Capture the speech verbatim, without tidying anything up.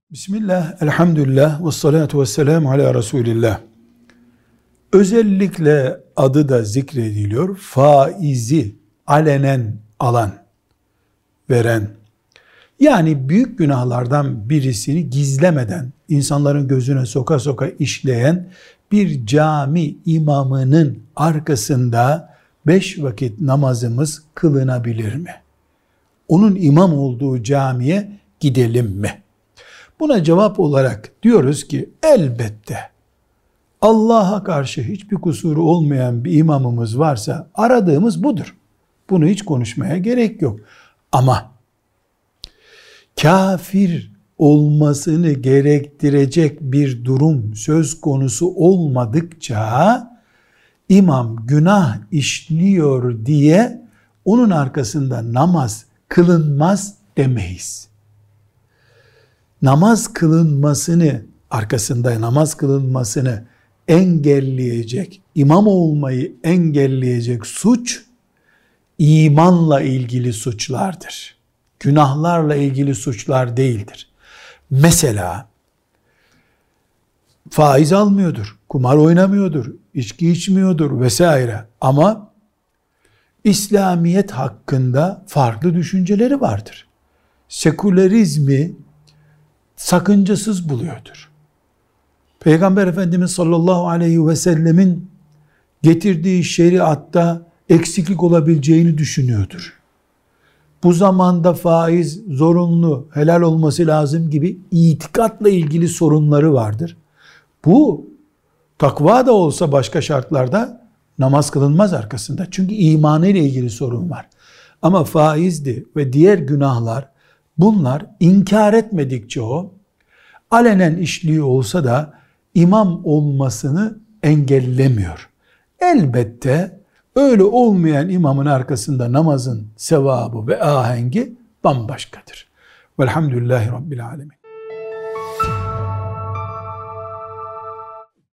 Bismillah, elhamdülillah, ve salatu ve selamu ala Resulillah. Özellikle adı da zikrediliyor. Faizi alenen alan, veren. Yani büyük günahlardan birisini gizlemeden, insanların gözüne soka soka işleyen bir cami imamının arkasında beş vakit namazımız kılınabilir mi? Onun imam olduğu camiye gidelim mi? Buna cevap olarak diyoruz ki elbette Allah'a karşı hiçbir kusuru olmayan bir imamımız varsa aradığımız budur. Bunu hiç konuşmaya gerek yok. Ama kafir olmasını gerektirecek bir durum söz konusu olmadıkça imam günah işliyor diye onun arkasında namaz kılınmaz demeyiz. Namaz kılınmasını, arkasında namaz kılınmasını engelleyecek, imam olmayı engelleyecek suç, imanla ilgili suçlardır. Günahlarla ilgili suçlar değildir. Mesela, faiz almıyordur, kumar oynamıyordur, içki içmiyordur vesaire. Ama İslamiyet hakkında farklı düşünceleri vardır. Sekülerizmi sakıncasız buluyordur. Peygamber Efendimiz sallallahu aleyhi ve sellemin getirdiği şeriatta eksiklik olabileceğini düşünüyordur. Bu zamanda faiz zorunlu, helal olması lazım gibi itikatla ilgili sorunları vardır. Bu takva da olsa başka şartlarda namaz kılınmaz arkasında. Çünkü imanı ile ilgili sorun var. Ama faizdi ve diğer günahlar, bunlar inkar etmedikçe o, alenen işliyor olsa da imam olmasını engellemiyor. Elbette öyle olmayan imamın arkasında namazın sevabı ve ahengi bambaşkadır. Velhamdülillahi Rabbil Alemin.